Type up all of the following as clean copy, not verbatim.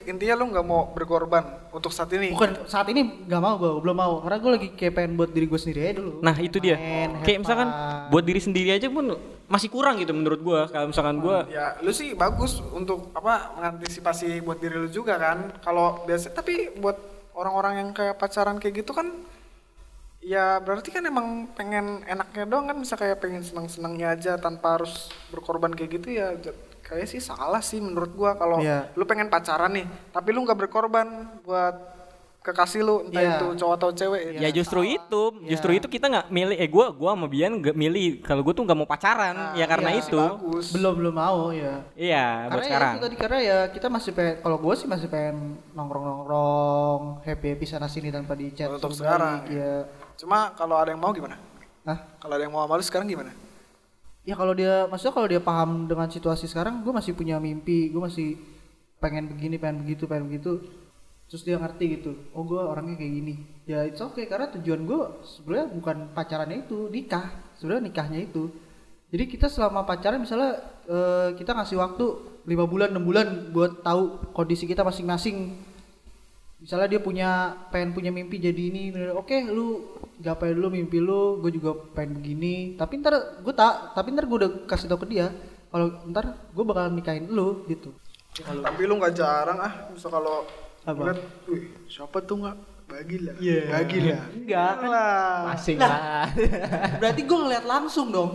intinya lu nggak mau berkorban untuk saat ini. Bukan saat ini nggak mau, gue belum mau karena gue lagi kayak pengen buat diri gue sendiri aja dulu. Nah itu dia, Main, kayak have misalkan fun. buat diri sendiri aja pun masih kurang gitu menurut gue. Kalau misalkan gue Ya lu sih bagus untuk mengantisipasi buat diri lu juga kan. Kalau biasa, tapi buat orang-orang yang kayak pacaran kayak gitu kan, ya berarti kan emang pengen enaknya doang kan, bisa kayak pengen senang-senangnya aja tanpa harus berkorban kayak gitu ya. Kayak sih salah sih menurut gua kalau Iya. lu pengen pacaran nih, tapi lu nggak berkorban buat kekasih lu, entah Iya. itu cowok atau cewek. ya justru itu kita nggak milih. Gue sama Bian nggak milih. Kalau gue tuh nggak mau pacaran, ya karena Iya, itu. bagus. belum mau ya. Iya buat Karena sekarang. ya itu tadi, karena ya kita masih pengen, kalau gue sih masih pengen nongkrong happy sana sini tanpa di chat. Untuk suruh sekarang, balik, ya. Cuma kalau ada yang mau gimana? Hah? Kalau ada yang mau sama lu sekarang gimana? Ya kalau dia, maksudnya kalau dia paham dengan situasi sekarang, gue masih punya mimpi, gue masih pengen begini, pengen begitu, terus dia ngerti gitu, oh gue orangnya kayak gini, ya it's okay, karena tujuan gue sebenarnya bukan pacarannya itu, sebenarnya nikahnya itu. Jadi kita selama pacaran misalnya kita ngasih waktu 5 bulan, 6 bulan buat tahu kondisi kita masing-masing. Misalnya dia pengen punya mimpi jadi ini, oke lu gapai dulu mimpi lu, gue juga pengen begini. Tapi ntar gue udah kasih tau ke dia, kalau ntar gue bakal nikahin lu gitu. Tapi lu nggak jarang bisa kalau Apa? lihat, wih siapa tuh nggak bagilah, Iya. bagilah. Enggak kan? Lah. Masing Lah. lah. Berarti gue ngeliat langsung dong.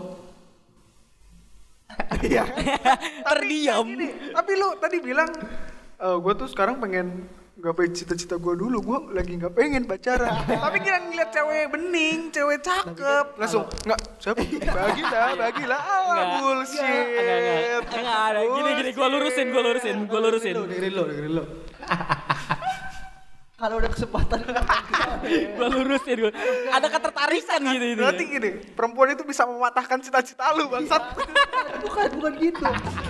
Iya. Terdiam. Tapi lu tadi bilang, gue tuh sekarang pengen gapai cita-cita gue dulu, gue lagi nggak pengen pacaran. Tapi kira ngeliat cewek bening, cewek cakep, langsung nggak siapa? Bagilah, Enggak. bullshit. Enggak ada. Gini gue lurusin. Dengerin lo. Kalau udah kesempatan Gue lurusin. Ada ketertarikan gitu itu. Berarti gini, perempuan itu bisa mematahkan cita-cita lu, bangsat. bukan gitu.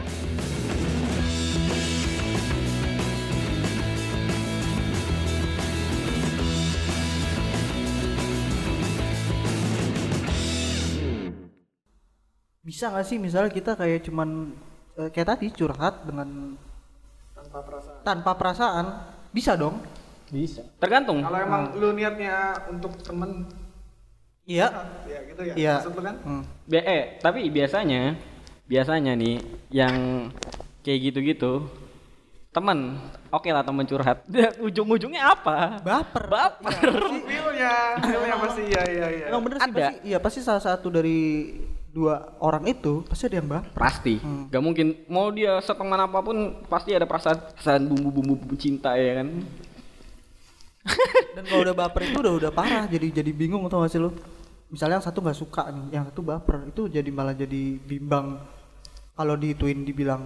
Bisa nggak sih misalnya kita kayak cuman kayak tadi curhat dengan tanpa perasaan, bisa dong? Bisa. Tergantung. Kalau emang lu niatnya untuk temen, Iya. ya gitu ya. Iya. Maksud lu kan? Tapi biasanya nih yang kayak gitu-gitu teman, oke lah teman curhat. Ujung-ujungnya apa? Baper. Feelnya pasti iya. Emang bener sih, Ada. pasti salah satu dari dua orang itu pasti ada yang baper. Pasti. Gak mungkin mau dia seteman apapun pasti ada perasaan bumbu-bumbu cinta ya kan. Dan kalau udah baper itu udah parah, jadi bingung, tau gak sih lo? Misalnya yang satu nggak suka nih, yang satu baper, itu malah jadi bimbang. Kalau dibilang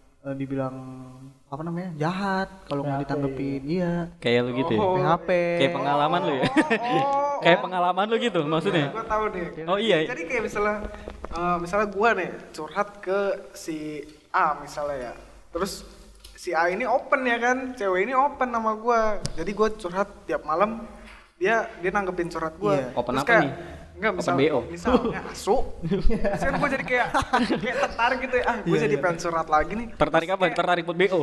apa namanya, jahat kalau nggak ditanggepin. Iya. Kayak lu gitu ya. PHP. Kayak pengalaman lu ya. Kayak pengalaman lu gitu maksudnya. Gue tahu nih. Oh iya. Jadi kayak misalnya gue nih curhat ke si A misalnya ya. Terus si A ini open ya kan, cewek ini open sama gue. Jadi gue curhat tiap malam, dia nanggepin curhat gue. Iya. Open Terus apa kayak, nih? Enggak, Open BO. misalnya asu. Terus kan gue jadi kayak tertarik gitu ya. Gue jadi pengen curhat lagi nih. Tertarik apa? Tertarik buat BO.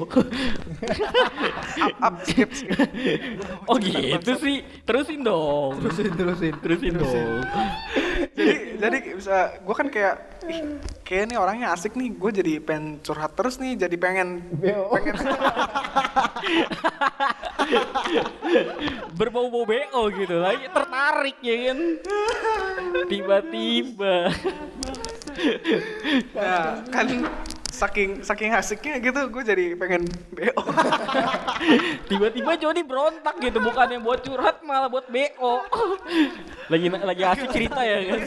Skip. Oh gitu sih. Terusin dong. Terusin dong. jadi bisa gue kan kayak kayak nih orangnya asik nih, gue jadi pengen curhat terus nih, jadi pengen Berbau-bau BO gitu lagi, tertarik ya kan. Tiba-tiba. nah, kan saking asiknya gitu gue jadi pengen BO. Tiba-tiba Jody berontak gitu, bukannya buat curhat malah buat BO. Lagi asik cerita ya kan.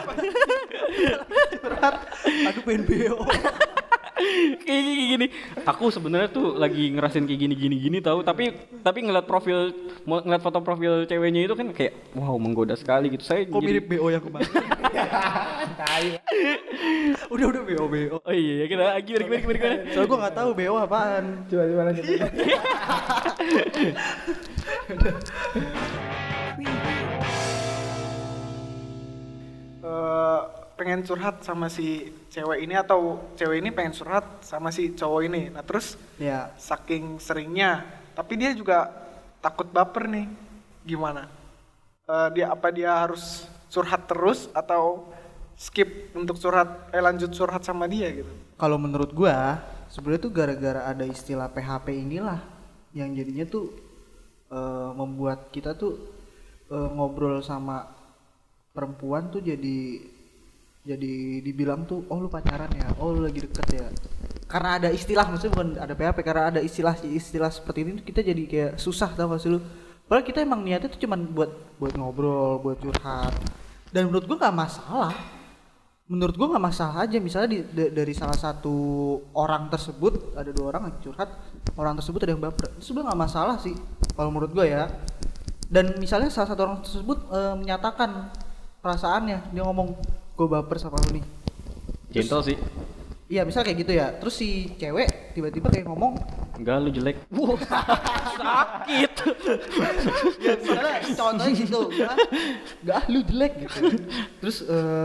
Aduh pengen BO. Kayak gini. Aku sebenarnya tuh lagi ngerasain kayak gini tahu, tapi ngeliat foto profil ceweknya itu kan kayak wow, menggoda sekali gitu. Saya Kok mirip BO yang kemarin? udah BO. Oh iya, kita gimana? Soalnya gue nggak tahu BO apaan. Coba lanjut. Pengen curhat sama si cewek ini atau cewek ini pengen curhat sama si cowok ini. Nah terus Ya. saking seringnya tapi dia juga takut baper nih. Gimana? Dia harus curhat terus atau skip untuk lanjut curhat sama dia gitu? Kalau menurut gua sebenarnya tuh gara-gara ada istilah PHP inilah yang jadinya tuh membuat kita tuh ngobrol sama perempuan tuh jadi dibilang tuh oh lu pacaran ya, oh lu lagi deket ya. Karena ada istilah, maksudnya bukan ada PHP, karena ada istilah seperti ini kita jadi kayak susah, tau gak sih lu? Padahal kita emang niatnya tuh cuman buat ngobrol, buat curhat. Dan menurut gua nggak masalah. Menurut gua nggak masalah aja, misalnya dari salah satu orang tersebut ada 2 orang yang curhat, orang tersebut ada yang baper, itu sebenarnya nggak masalah sih kalau menurut gua ya. Dan misalnya salah satu orang tersebut menyatakan perasaannya, dia ngomong gue baper sama lu nih. Gentle sih. Iya, misal kayak gitu ya. Terus si cewek tiba-tiba kayak ngomong, enggak lu jelek. Wah, sakit. ya misalnya contohnya gitu, enggak lu jelek gitu. Terus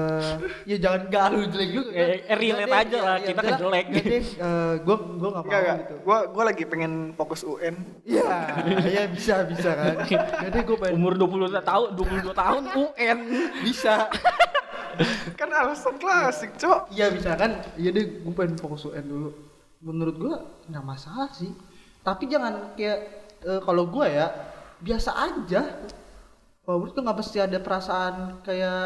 ya jangan enggak lu jelek juga kan. Relate aja lah, kita kan jelek. Jadi gua enggak mau gitu. Gua lagi pengen fokus UN. Iya, ya bisa kan. Jadi gua pengen umur 22 tahun UN bisa. Kan alasan klasik, Cok. Iya bisa kan. Iya deh, gue pengen fokus UN dulu. Menurut gue nggak masalah sih. Tapi jangan kayak kalau gue ya biasa aja. Kalau menurut gue nggak pasti ada perasaan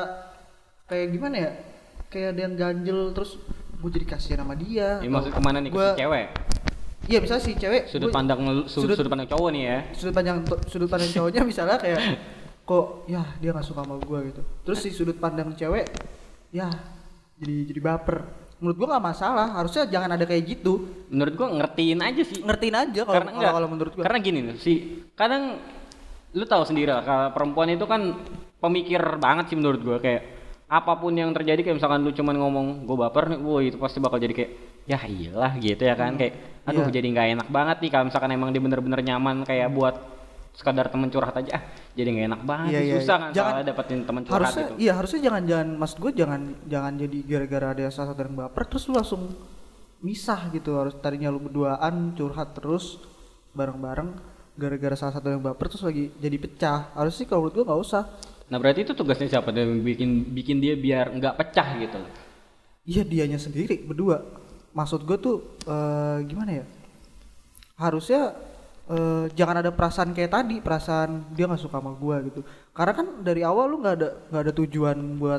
kayak gimana ya? Kayak ada yang ganjel terus gue jadi kasihan sama dia. Ya, maksud kemana nih, ke si cewek? Iya, misalnya si cewek sudut pandang cowok nih ya. Sudut pandang cowoknya misalnya kayak kok ya dia nggak suka sama gue gitu. Terus si sudut pandang cewek ya jadi baper. Menurut gue nggak masalah, harusnya jangan ada kayak gitu. Menurut gue ngertiin aja kalau menurut gue. Karena gini nih sih, kadang lu tahu sendiri lah, kalau perempuan itu kan pemikir banget sih menurut gue. Kayak apapun yang terjadi, kayak misalkan lu cuman ngomong gue baper nih, itu pasti bakal jadi kayak ya iyalah gitu ya kan. Kayak aduh jadi nggak enak banget nih kalau misalkan emang dia bener-bener nyaman kayak buat sekadar temen curhat aja, jadi nggak enak banget. Susah kan soalnya dapetin temen curhat harusnya, gitu. Iya, harusnya jangan maksud gue jangan jadi gara-gara ada salah satu yang baper terus lu langsung misah gitu. Harus tadinya lu berduaan curhat terus bareng-bareng, gara-gara salah satu yang baper terus lagi jadi pecah. Harusnya sih kalau menurut gue nggak usah. Nah berarti itu tugasnya siapa yang bikin dia biar nggak pecah gitu? Iya, dianya sendiri berdua. Maksud gue tuh gimana ya? Harusnya jangan ada perasaan kayak tadi, perasaan dia nggak suka sama gua gitu. Karena kan dari awal lu nggak ada tujuan buat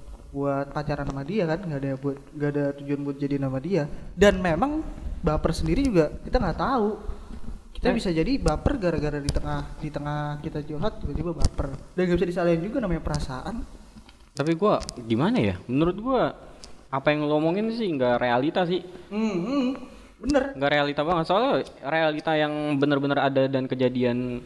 pacaran sama dia kan, nggak ada tujuan buat jadi nama dia. Dan memang baper sendiri juga kita nggak tahu. Kita bisa jadi baper gara-gara di tengah kita curhat tiba-tiba baper. Dan nggak bisa disalahin juga, namanya perasaan. Tapi gua gimana ya? Menurut gua apa yang lo omongin sih nggak realita sih. Bener, nggak realita banget, soalnya realita yang bener-bener ada dan kejadian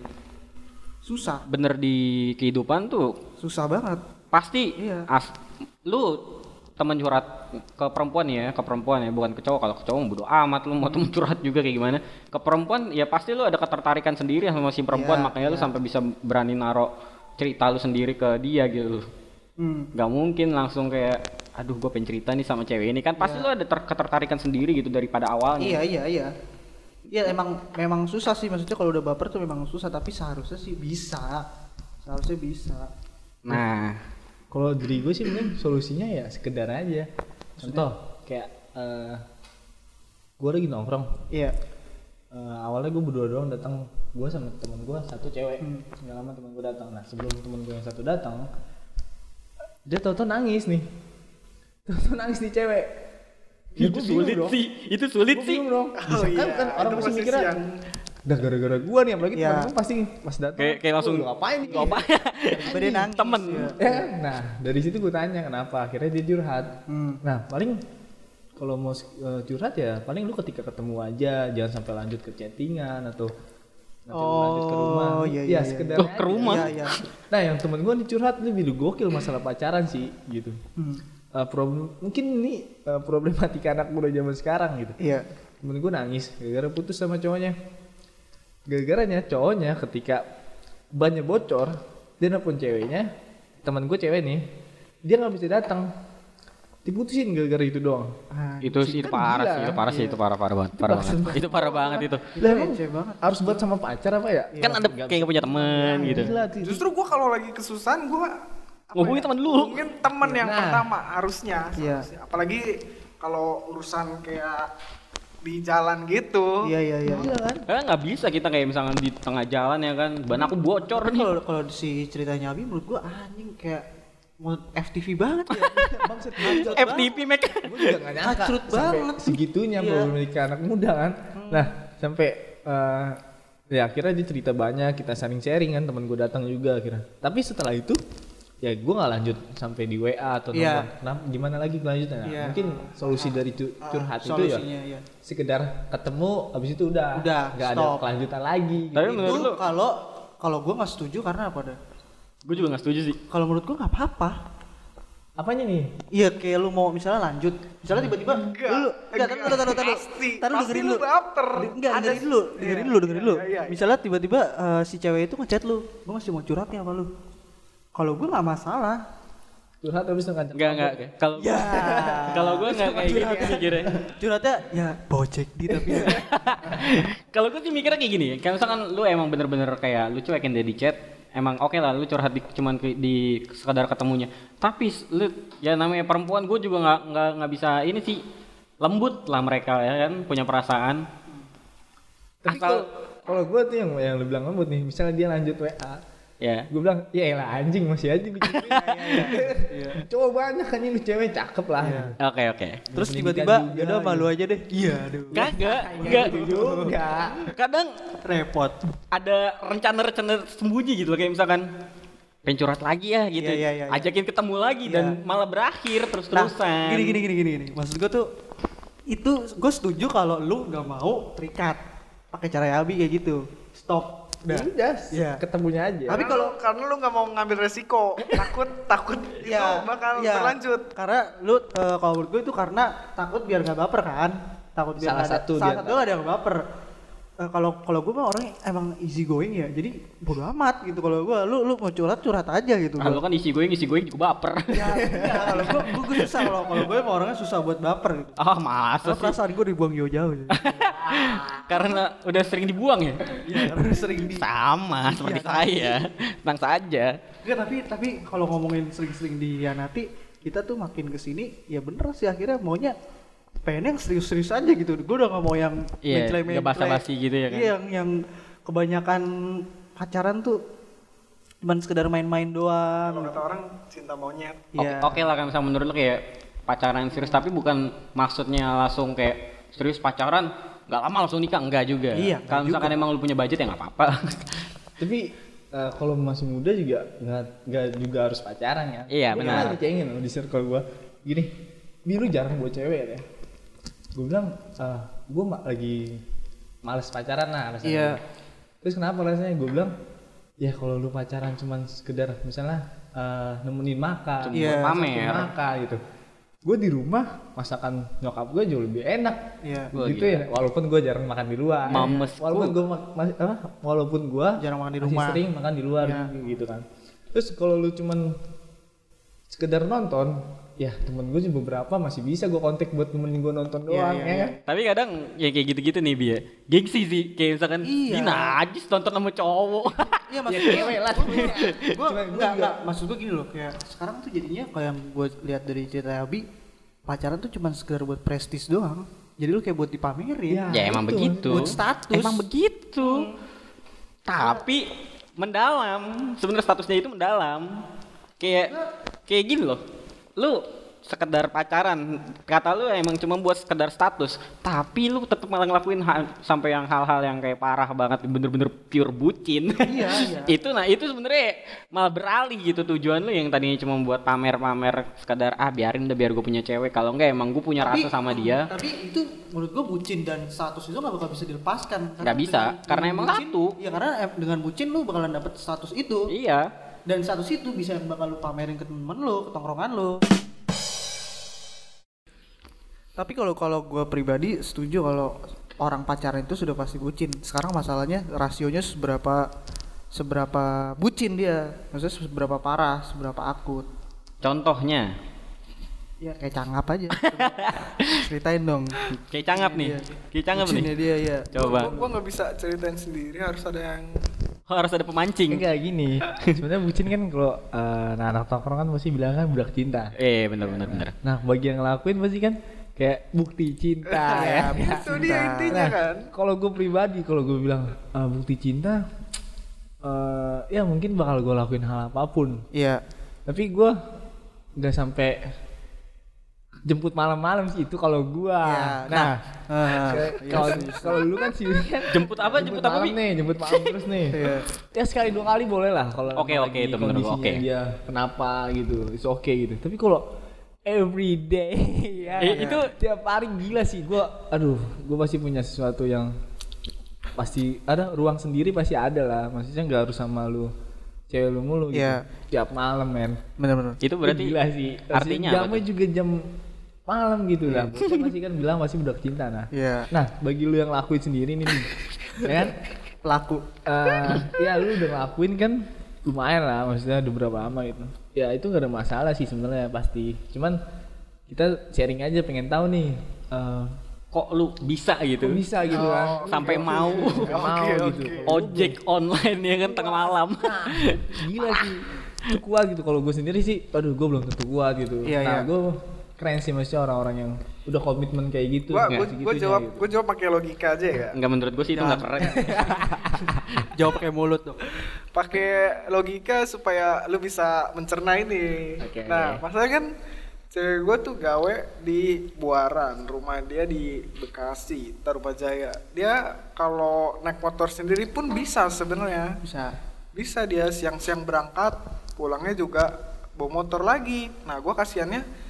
susah, bener di kehidupan tuh susah banget pasti. Iya. Lu teman curhat ke perempuan ya bukan ke cowok. Kalau ke cowok bodo amat, lu mau temen curhat juga kayak gimana. Ke perempuan ya pasti lu ada ketertarikan sendiri sama si perempuan, makanya lu sampai bisa berani naro cerita lu sendiri ke dia gitu. Gak mungkin langsung kayak aduh gue pengen cerita nih sama cewek ini kan, pasti lu ada ketertarikan sendiri gitu daripada awalnya. Iya memang susah sih, maksudnya kalau udah baper tuh memang susah, tapi seharusnya bisa. Nah kalau dari gue sih mungkin solusinya ya sekedar aja. Contoh kayak gue lagi nongkrong. Iya. Awalnya gue berdua doang datang, gue sama temen gue satu cewek. Nggak lama temen gue datang. Nah sebelum temen gue yang satu datang, dia tau-tau nangis nih cewek. Ya, itu sulit sih. Kan orang pasti mikirnya udah gara-gara gua nih, apalagi temen pasti pas datang kayak langsung ngapain nih? Dia nangis. Temen. Ya, nah dari situ gua tanya kenapa, akhirnya dia curhat. Nah paling kalau mau curhat ya paling lu ketika ketemu aja, jangan sampai lanjut ke chattingan atau lanjut ke rumah. Iya. Sekedar ke rumah. Iya. Nah yang temen gua nih curhat lebih gokil masalah pacaran sih gitu. Mungkin ini problematika anak muda zaman sekarang gitu. Iya. Temen gue nangis gara-gara putus sama cowoknya. Gara-garanya cowoknya ketika bannya bocor, dia nelfon ceweknya, temen gue cewek nih, dia nggak bisa datang. diputusin gara-gara itu doang. Itu sih parah gila, sih, itu parah sih, itu parah banget, parah banget. Itu parah banget itu. Lah emang receh banget. harus buat sama pacar apa ya? Kan ada kayak punya temen gitu. Gila, Justru gue kalau lagi kesusahan gue Ngubungin teman dulu. Ngubungin temen yang Nah. pertama harusnya. Iya. Apalagi kalau urusan kayak di jalan gitu. Iya. Gila kan? Karena nggak bisa kita kayak misalnya di tengah jalan ya kan, ban aku bocor Tapi nih. kalau si ceritanya Abi menurut gua anjing kayak mau FTV banget ya. Bangsat FTP Mac. gue juga gak nyangka Kacrut sampai banget. segitunya Iya. problematika anak muda kan. Nah sampai ya akhirnya dia cerita banyak, kita sharing kan, teman gue datang juga akhirnya. Tapi setelah itu ya gue nggak lanjut sampai di WA atau Iya. telepon. Nah, gimana lagi kelanjutannya? Nah, Iya. mungkin solusi dari curhat itu ya Solusinya ya. sekedar ketemu, habis itu udah nggak ada stop. kelanjutan lagi. Tapi gitu. menurut Itu lu, kalau gua nggak setuju karena apa dah? gue juga nggak setuju sih. Kalau menurut gua nggak apa-apa. Apanya nih? Iya kayak lu mau misalnya lanjut, misalnya tiba-tiba enggak taruh. Taruh Pasti dengerin lu lu. baper. Enggak, Ada- dengerin dulu. Iya. Misalnya tiba-tiba si cewek itu ngechat lu, gua masih mau curhat nih sama lu. Kalau gua nggak masalah. Curhat habis itu ngajak. Enggak. Kalau Ya. kalau gue nggak kayak gitu mikirnya. Curhatnya ya bocek di tapi ya. Kalau gue sih mikirnya kayak gini, kayak misalkan lu emang bener-bener kayak lu cuekin dia di chat, emang oke lah lu curhat cuman di sekadar ketemunya. Tapi lu ya namanya perempuan, gue juga nggak bisa ini sih, lembut lah mereka ya kan, punya perasaan. Tapi kalau gue tuh yang lu bilang lembut nih, misalnya dia lanjut WA, Ya. gue bilang ya elah anjing masih aja bikin cowok banyak kan ini cewek cakep lah. Oke. Terus Pendidikan tiba-tiba juga, ya udah malu aja deh. Iya, aduh. Kagak. juga. Kadang Repot. ada rencana-rencana sembunyi gitu loh, kayak misalkan pengen curhat lagi ya gitu. Iya. Ajakin ketemu lagi dan malah berakhir Nah, terus-terusan. gini. Maksud gue tuh itu gue setuju kalau lu nggak mau terikat pakai cara Abi kayak gitu. Stop. Udah, Iya. ketemunya aja. Tapi karena lu nggak mau ngambil resiko, takut itu bakal berlanjut. Karena lu kalau menurut gue itu karena takut biar nggak baper kan. Takut biar Salah nggak ada- satu salah di satu ada yang baper. Kalau gue mah orangnya emang easy going ya, jadi bodo amat gitu. Kalau gue lu mau curhat aja gitu. Kalau kan isi gue juga baper. Ya, enggak, kalau gue susah kalau gue emang orangnya susah buat baper gitu. Ah masa Karena sih? perasaan gue dibuang jauh-jauh. Karena udah sering dibuang ya? Iya, karena sering Sama seperti saya. Tenang saja. Enggak, tapi kalau ngomongin sering-sering dihianati, kita tuh makin kesini ya bener sih akhirnya maunya pengen yang serius-serius aja gitu. Gue udah gak mau yang Iya, mencelai-mencelai. nggak basa-basi gitu ya kan? Iya, yang kebanyakan pacaran tuh cuman sekedar main-main doang. Kalau kata orang cinta monyet. Iya. Oke lah kan misalnya menurut lo kayak pacaran serius, tapi bukan maksudnya langsung kayak serius pacaran nggak lama langsung nikah, enggak juga. Iya, Kalau enggak misalkan emang lu punya budget ya nggak apa-apa. Tapi kalau masih muda juga nggak juga harus pacaran ya. Iya, Gua benar. pernah dicengin loh di circle gue. Gini, lu jarang buat cewek ya. Gue bilang, gue lagi males pacaran lah rasanya. Iya. Terus kenapa rasanya? Gue bilang, ya kalau lu pacaran cuman sekedar misalnya nemenin makan, Cuma Iya, pamer. makan gitu. Gue di rumah masakan nyokap gue jauh lebih enak. Iya. Gua Gitu ya, walaupun gue jarang makan di luar. Mamesku. Walaupun gue Jarang makan di masih rumah. sering makan di luar Iya. gitu kan. Terus kalau lu cuman sekedar nonton, ya temen gue juga beberapa masih bisa gue kontak buat nemenin gue nonton doang iya, ya kan. Tapi kadang ya kayak gitu-gitu nih Bi ya. Gengsi sih, kayak misalkan Iya. Gina najis nonton sama cowok. Iya maksud Ya, gue cewek lah. gue Cuman gua enggak maksud gue gini loh, kayak sekarang tuh jadinya kayak yang gue lihat dari cerita Abi, pacaran tuh cuma sekedar buat prestis doang. Jadi lu kayak buat dipamerin. Ya. Ya emang itu, begitu. buat status. Emang begitu. Tapi mendalam, sebenarnya statusnya itu mendalam. Kayak gini loh. Lu sekedar pacaran, kata lu emang cuma buat sekedar status, tapi lu tetap malah ngelakuin sampai yang hal-hal yang kayak parah banget, bener-bener pure bucin. Iya. itu sebenarnya malah beralih gitu tujuan lu yang tadinya cuma buat pamer-pamer sekedar biarin udah biar gue punya cewek, kalau enggak emang gue punya rasa sama dia. Tapi itu menurut gue bucin dan status itu nggak bakal bisa dilepaskan. Nggak bisa, karena emang satu. Iya, karena dengan bucin lu bakalan dapet status itu. Iya. Dan status itu bisa bakal lu pamerin ke temen lu, ke tongkrongan lu. Tapi kalau gue pribadi setuju kalau orang pacaran itu sudah pasti bucin. Sekarang masalahnya rasionya seberapa bucin dia, maksudnya seberapa parah, seberapa akut. Contohnya Ya kayak cangap aja. Ceritain dong. Kayak cangap nih. Kayak cangap nih. Bucinnya dia ya. Coba. Gua nggak bisa ceritain sendiri, harus ada yang Harus ada pemancing. Enggak gini. Sebenarnya bucin kan kalau anak tongkrong kan pasti bilang kan budak cinta. Benar. Nah, bagi yang ngelakuin pasti kan kayak bukti cinta ya. itu dia intinya kan. Kalau gue pribadi, kalau gue bilang bukti cinta, ya mungkin bakal gue lakuin hal apapun. Iya. Tapi gue nggak sampai jemput malam-malam sih itu kalau gue. Ya, Nah, kalau dulu kan sih kan Jemput apa? Jemput apa, Bi? nih, jemput malam terus nih. Ya sekali 2 kali boleh lah kalau Oke, lagi itu bener, kondisinya oke. dia kenapa gitu, it's okay gitu. Tapi kalau every day ya, Itu tiap hari gila sih gue pasti punya sesuatu yang pasti ada ruang sendiri, pasti ada lah, maksudnya nggak harus sama lu cewek lu mulu gitu. Iya. Tiap malam men Bener-bener. itu berarti gila sih. artinya apa jamnya tuh? juga jam malam gitu lah. Bocah masih kan bilang masih budak cinta. Iya. Nah bagi lu yang lakuin sendiri nih ya kan, Pelaku. ya lu udah ngelakuin kan lumayan lah, maksudnya udah berapa lama gitu. Ya itu gak ada masalah sih sebenarnya pasti. Cuman kita sharing aja, pengen tahu nih Kok lu bisa gitu? kok bisa gitu kan. Sampai mau Gitu. ojek online ya kan tengah malam. Gila sih. Itu kuat gitu. Kalau gue sendiri sih, gue belum tentu kuat gitu. Iya, Nah iya. gue keren sih maksudnya orang-orang yang udah komitmen kayak gitu. Gue jawab pakai logika aja ya. Enggak, menurut gue sih itu enggak keren. Jawab pakai mulut dong. Pakai logika supaya lu bisa mencerna ini. Oke. Nah, masalahnya kan cewek gue tuh gawe di Buaran, rumah dia di Bekasi, Tarumajaya. Dia kalau naik motor sendiri pun bisa sebenarnya. Bisa dia siang-siang berangkat, pulangnya juga bawa motor lagi. Nah, gue kasihannya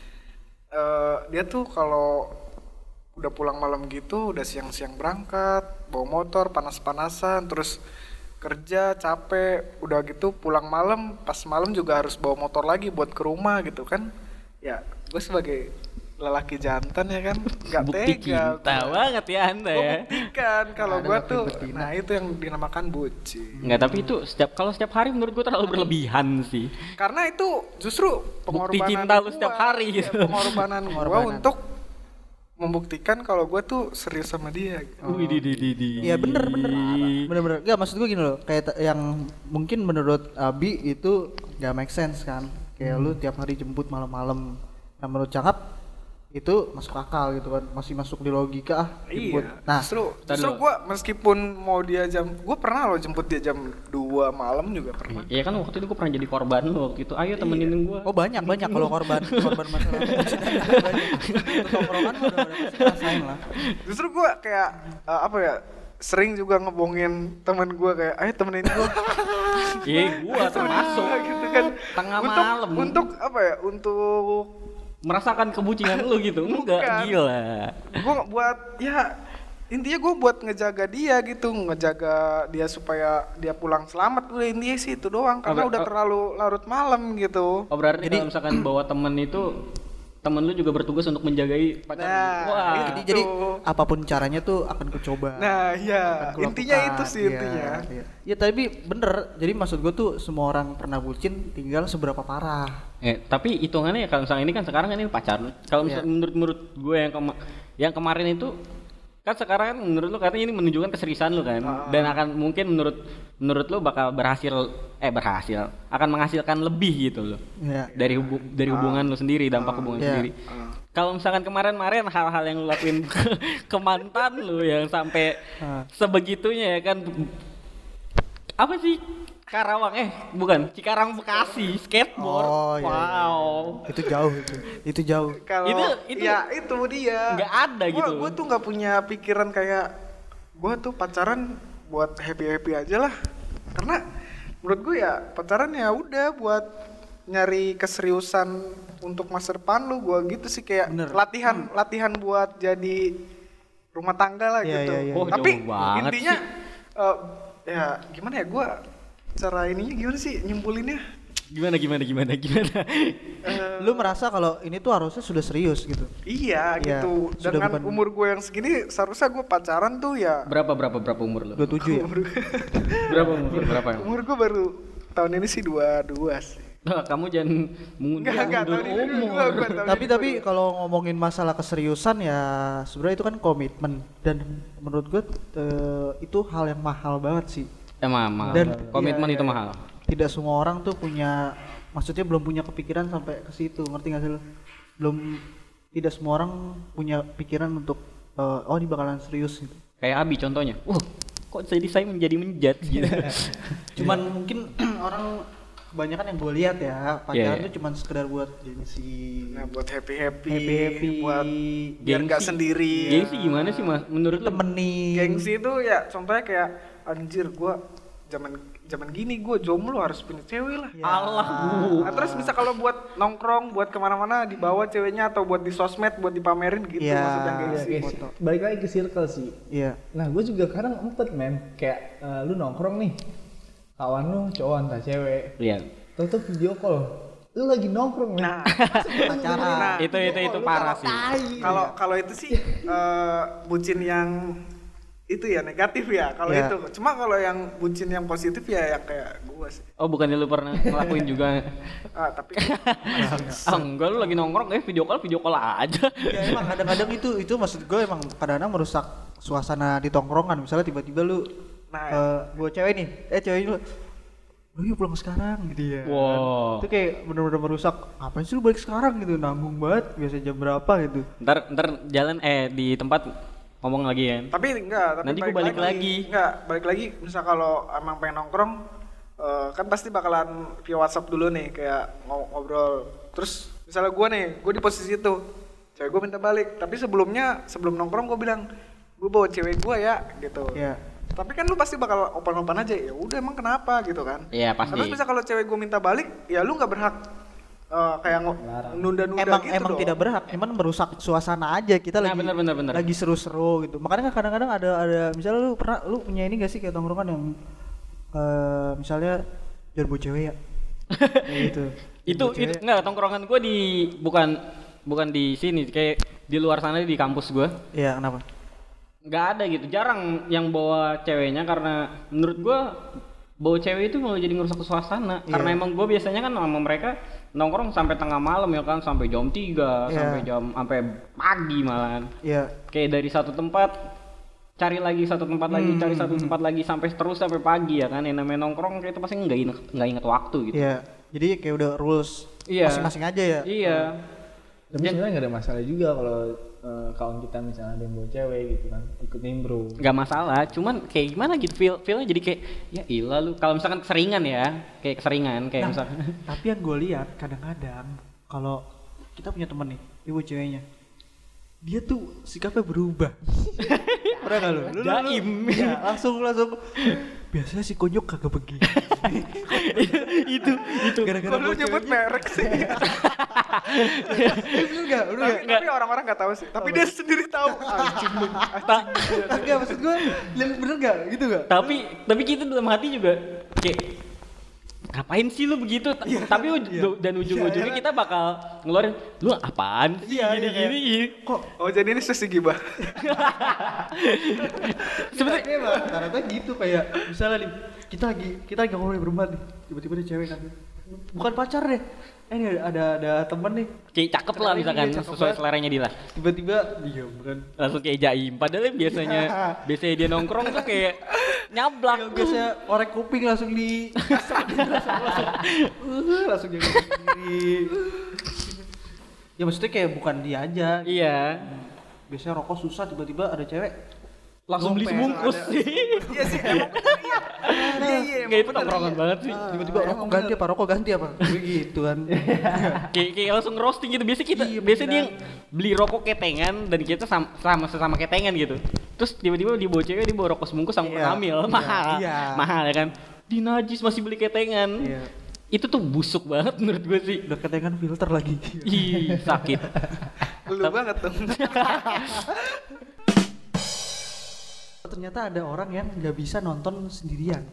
dia tuh kalau udah pulang malam gitu, udah siang-siang berangkat, bawa motor panas-panasan, terus kerja capek, udah gitu pulang malam, pas malam juga harus bawa motor lagi buat ke rumah gitu kan. Ya, gue sebagai lelaki jantan ya kan, nggak Bukti tega. cinta banget ya Anda Gue ya. buktikan kalau gue tuh, nah itu yang dinamakan bucin. Enggak, tapi itu kalau setiap hari menurut gue terlalu berlebihan sih. Karena itu justru pengorbanan cinta lu gua, setiap hari ya, gitu. pengorbanan gua untuk membuktikan kalau gua tuh serius sama dia gitu. Wih, di. Iya bener. Gak, maksud gue gini loh, kayak yang mungkin menurut Abi itu gak make sense kan. Kayak lu tiap hari jemput malam-malam. Nah menurut Cangap itu masuk akal gitu kan, masih masuk di logika jemput. Iya. Nah Justru gua meskipun mau dia gua pernah loh jemput dia jam 2 malam juga pernah. Iya kan waktu itu gue pernah jadi korban lo waktu itu. Ayo temenin gue. oh banyak kalau korban masalah banyak. Tongkrongan udah pasti rasain lah. Justru gua kayak apa ya? Sering juga ngebohongin temen gua kayak, ayo temenin gua. Iya, gue termasuk gitu kan. tengah malam. Untuk apa ya? Untuk merasakan kebucinan lu gitu. Enggak, Bukan. gila. gue buat ya intinya gue buat ngejaga dia gitu, ngejaga dia supaya dia pulang selamat. Udah intinya sih itu doang, karena udah terlalu larut malam gitu. Oh berarti kalau misalkan bawa temen itu, temen lu juga bertugas untuk menjagai pacar lu. Nah, Wah. Jadi apapun caranya tuh akan ku coba. Nah ya Akan ku intinya lakukan. itu sih Iya, intinya. iya. Ya tapi bener, jadi maksud gue tuh semua orang pernah bucin, tinggal seberapa parah. Tapi hitungannya ya kalau misalnya ini kan sekarang ini pacar lu. Kalau misalnya menurut gue yang kemarin itu kan sekarang kan menurut lu katanya ini menunjukkan keseriusan lu kan, dan akan mungkin menurut lu bakal berhasil akan menghasilkan lebih gitu loh. Iya. Dari hubungan lu sendiri, dampak hubungan sendiri. Kalau misalkan kemarin hal-hal yang lu lakuin ke mantan lu yang sampai sebegitunya ya kan, apa sih Cikarang Bekasi skateboard. Oh, iya, wow. Itu jauh itu jauh. Kalau Itu ya itu dia. nggak ada gitu. Gue tuh nggak punya pikiran kayak gue tuh pacaran buat happy aja lah. Karena menurut gue ya pacaran ya udah buat nyari keseriusan untuk masa depan lu. Gue gitu sih kayak latihan buat jadi rumah tangga lah Iya, gitu. iya, iya. Oh, Tapi jauh banget intinya ya gimana ya, gue cara ininya gimana sih nyimpulinnya? Gimana? Lu merasa kalau ini tuh harusnya sudah serius gitu. Iya Iya, gitu. sudah Dengan bukan- umur gue yang segini seharusnya gue pacaran tuh ya Berapa umur lu? 27 ya. Berapa umur? Berapa? umur gue baru tahun ini sih 22 sih. Nah, kamu jangan Enggak, mundur tahu diri umur. gua tahu Tapi diri tapi kalau ngomongin masalah keseriusan ya sebenarnya itu kan komitmen dan menurut gue itu hal yang mahal banget sih. Mahal. Dan Komitmen iya, itu iya. mahal. Tidak semua orang tuh punya, maksudnya belum punya kepikiran sampai ke situ, ngerti gak sih lo? Tidak semua orang punya pikiran untuk oh ini bakalan serius gitu. Kayak Abi contohnya. Kok jadi saya menjat gitu. Cuman mungkin orang kebanyakan yang gue lihat ya pacaran Iya. tuh cuman sekedar buat gengsi, Nah, buat happy, happy, buat biar nggak Gengsi. sendiri. Gengsi gimana sih Mas? Menurut lu? temenin. Gengsi itu ya contohnya kayak anjir gua zaman gini gua jomblo harus punya cewek lah. Ya. Allah. Nah, terus bisa kalau buat nongkrong, buat kemana-mana dibawa ceweknya atau buat di sosmed, buat dipamerin gitu Iya. maksudnya Ya, gengsi. guys, balik lagi ke circle sih. Iya. Nah, gue juga kadang empet men, kayak lu nongkrong nih, kawan lu cowok entah cewek, Iya. tuh video call, lu lagi nongkrong men. Nah, Pacaran. nah, Itu parah sih. kalau itu sih bucin yang itu ya negatif ya kalau Iya. itu. Cuma kalau yang bucin yang positif ya yang kayak gua sih. Oh, bukannya lu pernah ngelakuin juga? Tapi Enggak, lu lagi nongkrong video call aja. Ya emang kadang-kadang itu maksud gue emang kadang-kadang merusak suasana di tongkrongan. Misalnya tiba-tiba lu gue cewek nih, cewek lu yuk pulang sekarang gitu ya. Wow. Itu kayak bener-bener merusak. Ngapain sih lu balik sekarang gitu? Nanggung banget. Biasa jam berapa gitu? Ntar jalan di tempat ngomong lagi ya. tapi Nanti gua balik lagi. Enggak, balik lagi misal kalau emang pengen nongkrong kan pasti bakalan via WhatsApp dulu nih kayak ngobrol. Terus misalnya gue di posisi itu. Cewek gue minta balik, tapi sebelum nongkrong gue bilang gue bawa cewek gue ya gitu. Iya. Tapi kan lu pasti bakal open aja, ya udah emang kenapa gitu kan. Iya, pasti. Terus bisa kalau cewek gue minta balik, ya lu nggak berhak kayak nunda-nunda gitu Emang dong. tidak berhak, cuman merusak suasana aja. Kita Nah, lagi bener. lagi seru-seru gitu. Makanya kadang-kadang ada misalnya lu punya ini gak sih kayak tongkrongan yang misalnya jangan bawa cewek ya. Kayak gitu. Itu enggak, tongkrongan gue bukan di sini, kayak di luar sana di kampus gue. Iya, kenapa? Nggak ada gitu, jarang yang bawa ceweknya karena menurut gue bawa cewek itu malah jadi ngerusak suasana. Iya. Karena emang gue biasanya kan sama mereka nongkrong sampai tengah malam ya kan, sampai jam 3, sampai pagi malahan. Iya. Kayak dari satu tempat cari lagi satu tempat lagi, cari satu tempat lagi sampai pagi ya kan. Yang namanya nongkrong kayak itu pasti nggak inget waktu gitu. Iya. Jadi kayak udah rules Iya. masing-masing aja ya. Iya. Tapi sebenarnya nggak ada masalah juga kalau kawan kita misalnya ada yang bawa cewek gitu kan, ikut nimbrung. Nggak masalah, cuman kayak gimana gitu feelnya jadi kayak ya ilah lu kalau misalkan keseringan ya, kayak keseringan kayak misalkan. Tapi yang gue lihat kadang-kadang kalau kita punya temen nih, ibu ceweknya, dia tuh sikapnya berubah. Pernah gak lu? Jaim. Ya, langsung biasanya si konyok kagak begini. itu Gara-gara Kok lu bawa nyebut ceweknya. merek sih? Bener gak? Tapi orang-orang nggak tahu sih. Tapi dia sendiri tahu. Anjing lu. Enggak, maksud gue bener gak? Gitu gak? tapi kita dalam hati juga kayak ngapain sih lu begitu? Tapi dan ujung-ujungnya kita bakal ngeluarin lu apaan sih gini-gini. Kok Oh jadi ini sesi gibah. Sebenarnya kayak rata-rata gitu kayak misalnya nih kita lagi ngobrol berempat nih, tiba-tiba ada cewek kan, bukan pacar deh, ini ada temen nih, kayak cakep lah misalkan Iya, cakep sesuai banget. seleranya dia lah. tiba-tiba diam kan, Langsung kayak jaim. Padahal biasanya dia nongkrong tuh kayak nyablak. yang biasanya korek kuping langsung di langsung jaga sendiri. Ya maksudnya kayak bukan dia aja. Iya. Biasanya rokok susah, tiba-tiba ada cewek Langsung beli Dompet, sebungkus sih. Iya sih emang bener iya. Iya Kayak itu tongkrongan banget sih. tiba-tiba rokok ganti apa rokok ganti apa gitu kan. Kayak langsung roasting gitu. Biasanya dia beli rokok ketengan dan kita sama ketengan gitu. Terus tiba-tiba dia bawa cewek, dia bawa rokok sebungkus sama Iya. hamil. Mahal. Iya. Mahal ya kan. Di najis masih beli ketengan. Iya. Itu tuh busuk banget menurut gue sih. Udah ketengan filter lagi. Ih, sakit. Lu banget tuh. Ternyata ada orang yang nggak bisa nonton sendirian.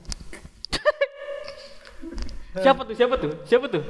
Siapa tuh?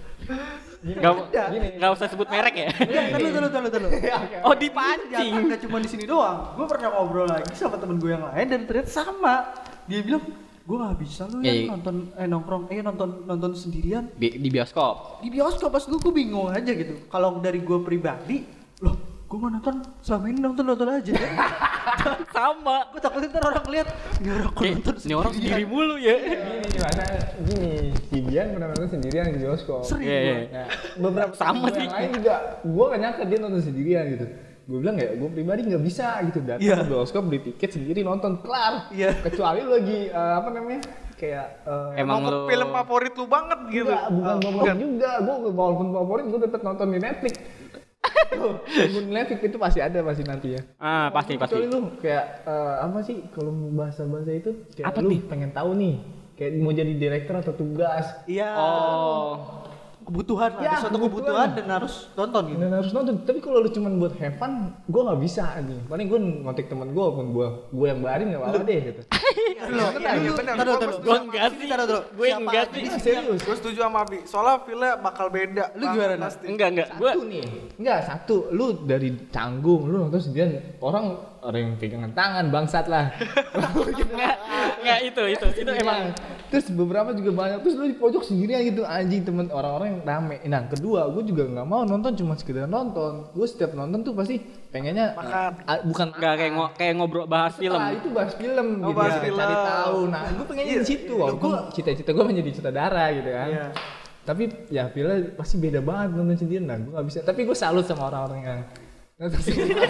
Gak usah sebut merek ya. Tunggu. Oh, dipancing. Nggak cuma di sini doang. Gue pernah ngobrol lagi sama temen gue yang lain dan ternyata sama. Dia bilang, gue nggak bisa lu Iya, iya. ya nonton nonton sendirian Di bioskop. di bioskop. Pas gue bingung aja gitu. Kalau dari gue pribadi, loh gue mau nonton selama ini nonton aja. Sama. Gue takutnya ntar orang lihat ini orang kok nonton Ini orang sendiri mulu ya. Gini, si Gian pernah nonton sendirian di bioskop. sering Iya, gua. iya. Nah, beberapa Sama temen sih. yang lain juga, gue gak nyangka dia nonton sendirian gitu. Gue bilang ya, gue pribadi nggak bisa gitu. Datang Iya. ke bioskop beli tiket sendiri nonton kelar. Iya. Kecuali lu lagi apa namanya kayak Emang Mau ke lu film favorit lu banget gitu. enggak, bukan favorit juga. Gue walaupun favorit gue tetap nonton di Netflix. Tuh, Netflix itu pasti ada nanti ya. pasti. Kecuali lu kayak apa sih kalau bahasa itu kayak Apa lu nih? pengen tahu nih kayak mau jadi direktur atau tugas. Iya. Oh. Kebutuhan lah. Ya, Ada suatu kebutuhan kebutuhan. dan harus nonton gitu. Dan harus nonton. Tapi kalau lu cuma buat have fun, gue nggak bisa nih. Paling gue ngontek temen gue, walaupun gue yang bayarin nggak apa-apa deh gitu. Iya benar. Gua enggak sih. Gue enggak sih. Serius. Gue setuju sama Abi. Soalnya filmnya bakal beda. Lu gimana, Nas? Pasti. Enggak. Gue Satu, lu dari canggung, lu nonton sendirian, orang yang pegangan tangan, bangsat lah. enggak itu emang. Terus beberapa juga banyak, terus lu di pojok sendirian gitu, anjing temen orang-orang yang rame. Nah kedua, gue juga nggak mau nonton cuma sekedar nonton. Gue setiap nonton tuh pasti pengennya bukan Enggak kayak ngobrol bahas film. setelah itu bahas film gitu bahas ya, film. cari tahu. Nah gue pengennya di situ, walaupun cita-cita gue menjadi sutradara gitu kan. Iya. Tapi ya filmnya pasti beda banget nonton sendirian. Nah gue nggak bisa. Tapi gue salut sama orang-orang yang nonton sendirian.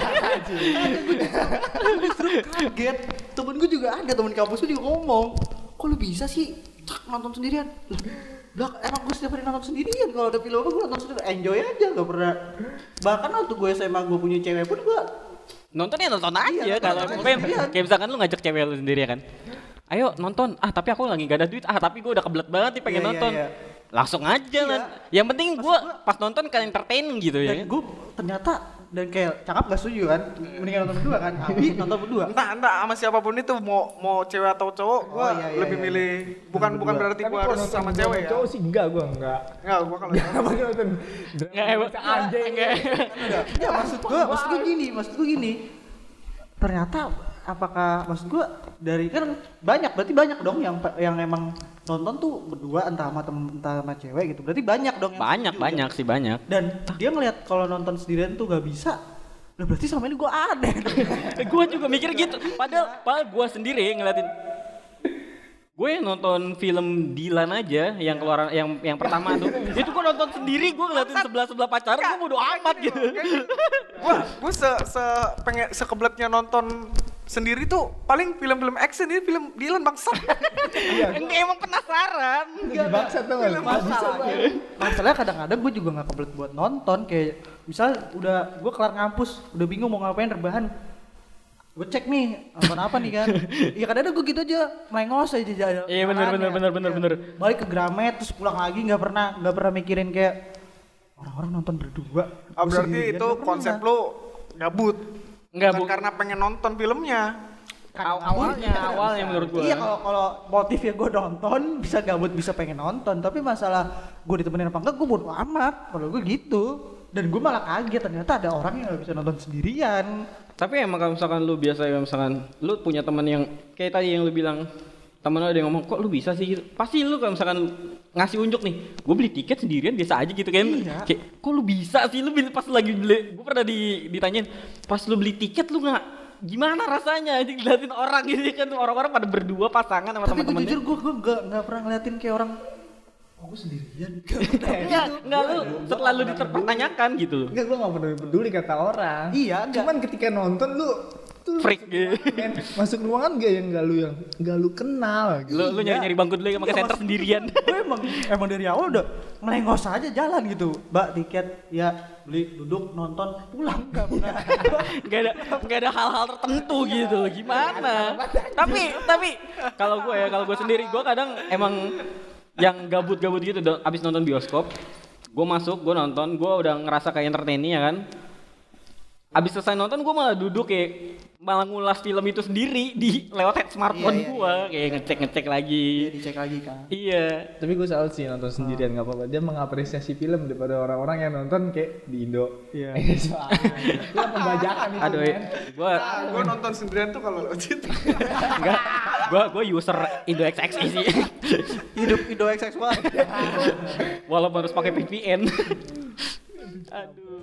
Justru kaget. Temen gue juga ada, temen kampus gue juga ngomong, kok lu bisa sih nonton sendirian? Lah emang gue setiap hari nonton sendirian. Kalau ada film apa gue nonton sendirian, enjoy aja, gak pernah. Bahkan waktu gue SMA gue punya cewek pun gue Nonton aja Iya, kalau nonton mau pengen. sendirian. Kayak misalkan lu ngajak cewek lu sendiri ya kan. Ayo nonton. Tapi aku lagi gak ada duit. Tapi gue udah kebelet banget nih pengen Iya, nonton. iya. Langsung aja Iya. kan. Yang penting gue pas nonton kan entertain gitu ya. dan gue ternyata dan kayak cakap gak setuju kan, mendingan nonton berdua kan, Abi nonton berdua. Entah sama siapapun itu mau cewek atau cowok, gue lebih milih bukan berarti gue harus sama cewek ya. Cowok sih enggak, gue enggak. Enggak, gue kalau Apa nonton? Enggak emang. Anjing. Ya maksud gue gini. Ternyata maksud gue dari kan berarti banyak dong yang emang nonton tuh berdua entah sama cewek gitu. Berarti banyak dong yang setuju, Banyak ya. sih banyak. Dan dia ngelihat kalau nonton sendirian tuh gak bisa. Nah berarti sama ini gue aneh. Gue juga mikir gitu. Padahal gue sendiri ngeliatin. Gue yang nonton film Dilan aja yang keluaran yang pertama tuh. Itu gue nonton sendiri, gue ngeliatin sebelah pacaran, gue bodo amat gitu. gue sekebletnya nonton sendiri tuh paling film-film action, ini film Dylan bangsat. Enggak emang penasaran. Bangsat tuh enggak bisa. Masalahnya kadang-kadang gue juga gak kebelet buat nonton. Kayak misal udah gue kelar ngampus, udah bingung mau ngapain rebahan, gue cek nih nonton apa nih kan. Iya kadang-kadang gue gitu aja melengos aja jalan. Iya bener. Balik ke Gramet terus pulang lagi nggak pernah mikirin kayak orang-orang nonton berdua. Gua Berarti sendirian, itu nggak pernah. konsep lu gabut. Enggak Bukan karena pengen nonton filmnya. awalnya menurut gue. Iya kalau motifnya gue nonton bisa gabut bisa pengen nonton, tapi masalah gue ditemenin apa enggak gue bodo amat. Kalau gue gitu, dan gue malah kaget ternyata ada orang yang nggak bisa nonton sendirian. Tapi emang kalau misalkan lu biasa misalkan lu punya teman yang kayak tadi yang lu bilang, temen lu ada yang ngomong kok lu bisa sih gitu. Pasti lu kalau misalkan ngasih unjuk nih, gue beli tiket sendirian biasa aja gitu kan. Iya. Kayak kok lu bisa sih lu pas lagi beli, gue pernah ditanyain pas lu beli tiket lu nggak gimana rasanya aja ngeliatin orang gitu kan, orang-orang pada berdua pasangan sama Tapi gue teman-temannya. jujur gue nggak pernah ngeliatin kayak orang, oh gue sendirian. Enggak lu setelah lu dipertanyakan gitu loh. Enggak, gue gak peduli kata orang. Iya, enggak. Cuman ketika nonton lu tuh Freak gitu. men, masuk ruangan gak yang gak lu kenal gitu. Lu nyari bangku dulu yang pakai senter sendirian. Gue emang dari awal udah melengos aja jalan gitu. Mbak tiket ya beli duduk nonton pulang Enggak ada hal-hal tertentu gitu. Gimana? Tapi kalau gue sendiri gue kadang emang yang gabut-gabut gitu abis nonton bioskop, gue masuk, gue nonton, gue udah ngerasa kayak entertaining ya kan. abis selesai nonton gue malah duduk kayak malah ngulas film itu sendiri di lewat smartphone gue kayak ngecek lagi. Iya, dicek lagi kan. Iya. Tapi gue salut sih nonton sendirian nggak apa-apa. Dia mengapresiasi film daripada orang-orang yang nonton kayak di Indo. Iya. Itu pembajakan itu. Aduh, Gue nonton sendirian tuh kalau lewat situ. enggak, gue user Indo XXI sih. Hidup Indo XX1. Walaupun harus pakai VPN. Aduh.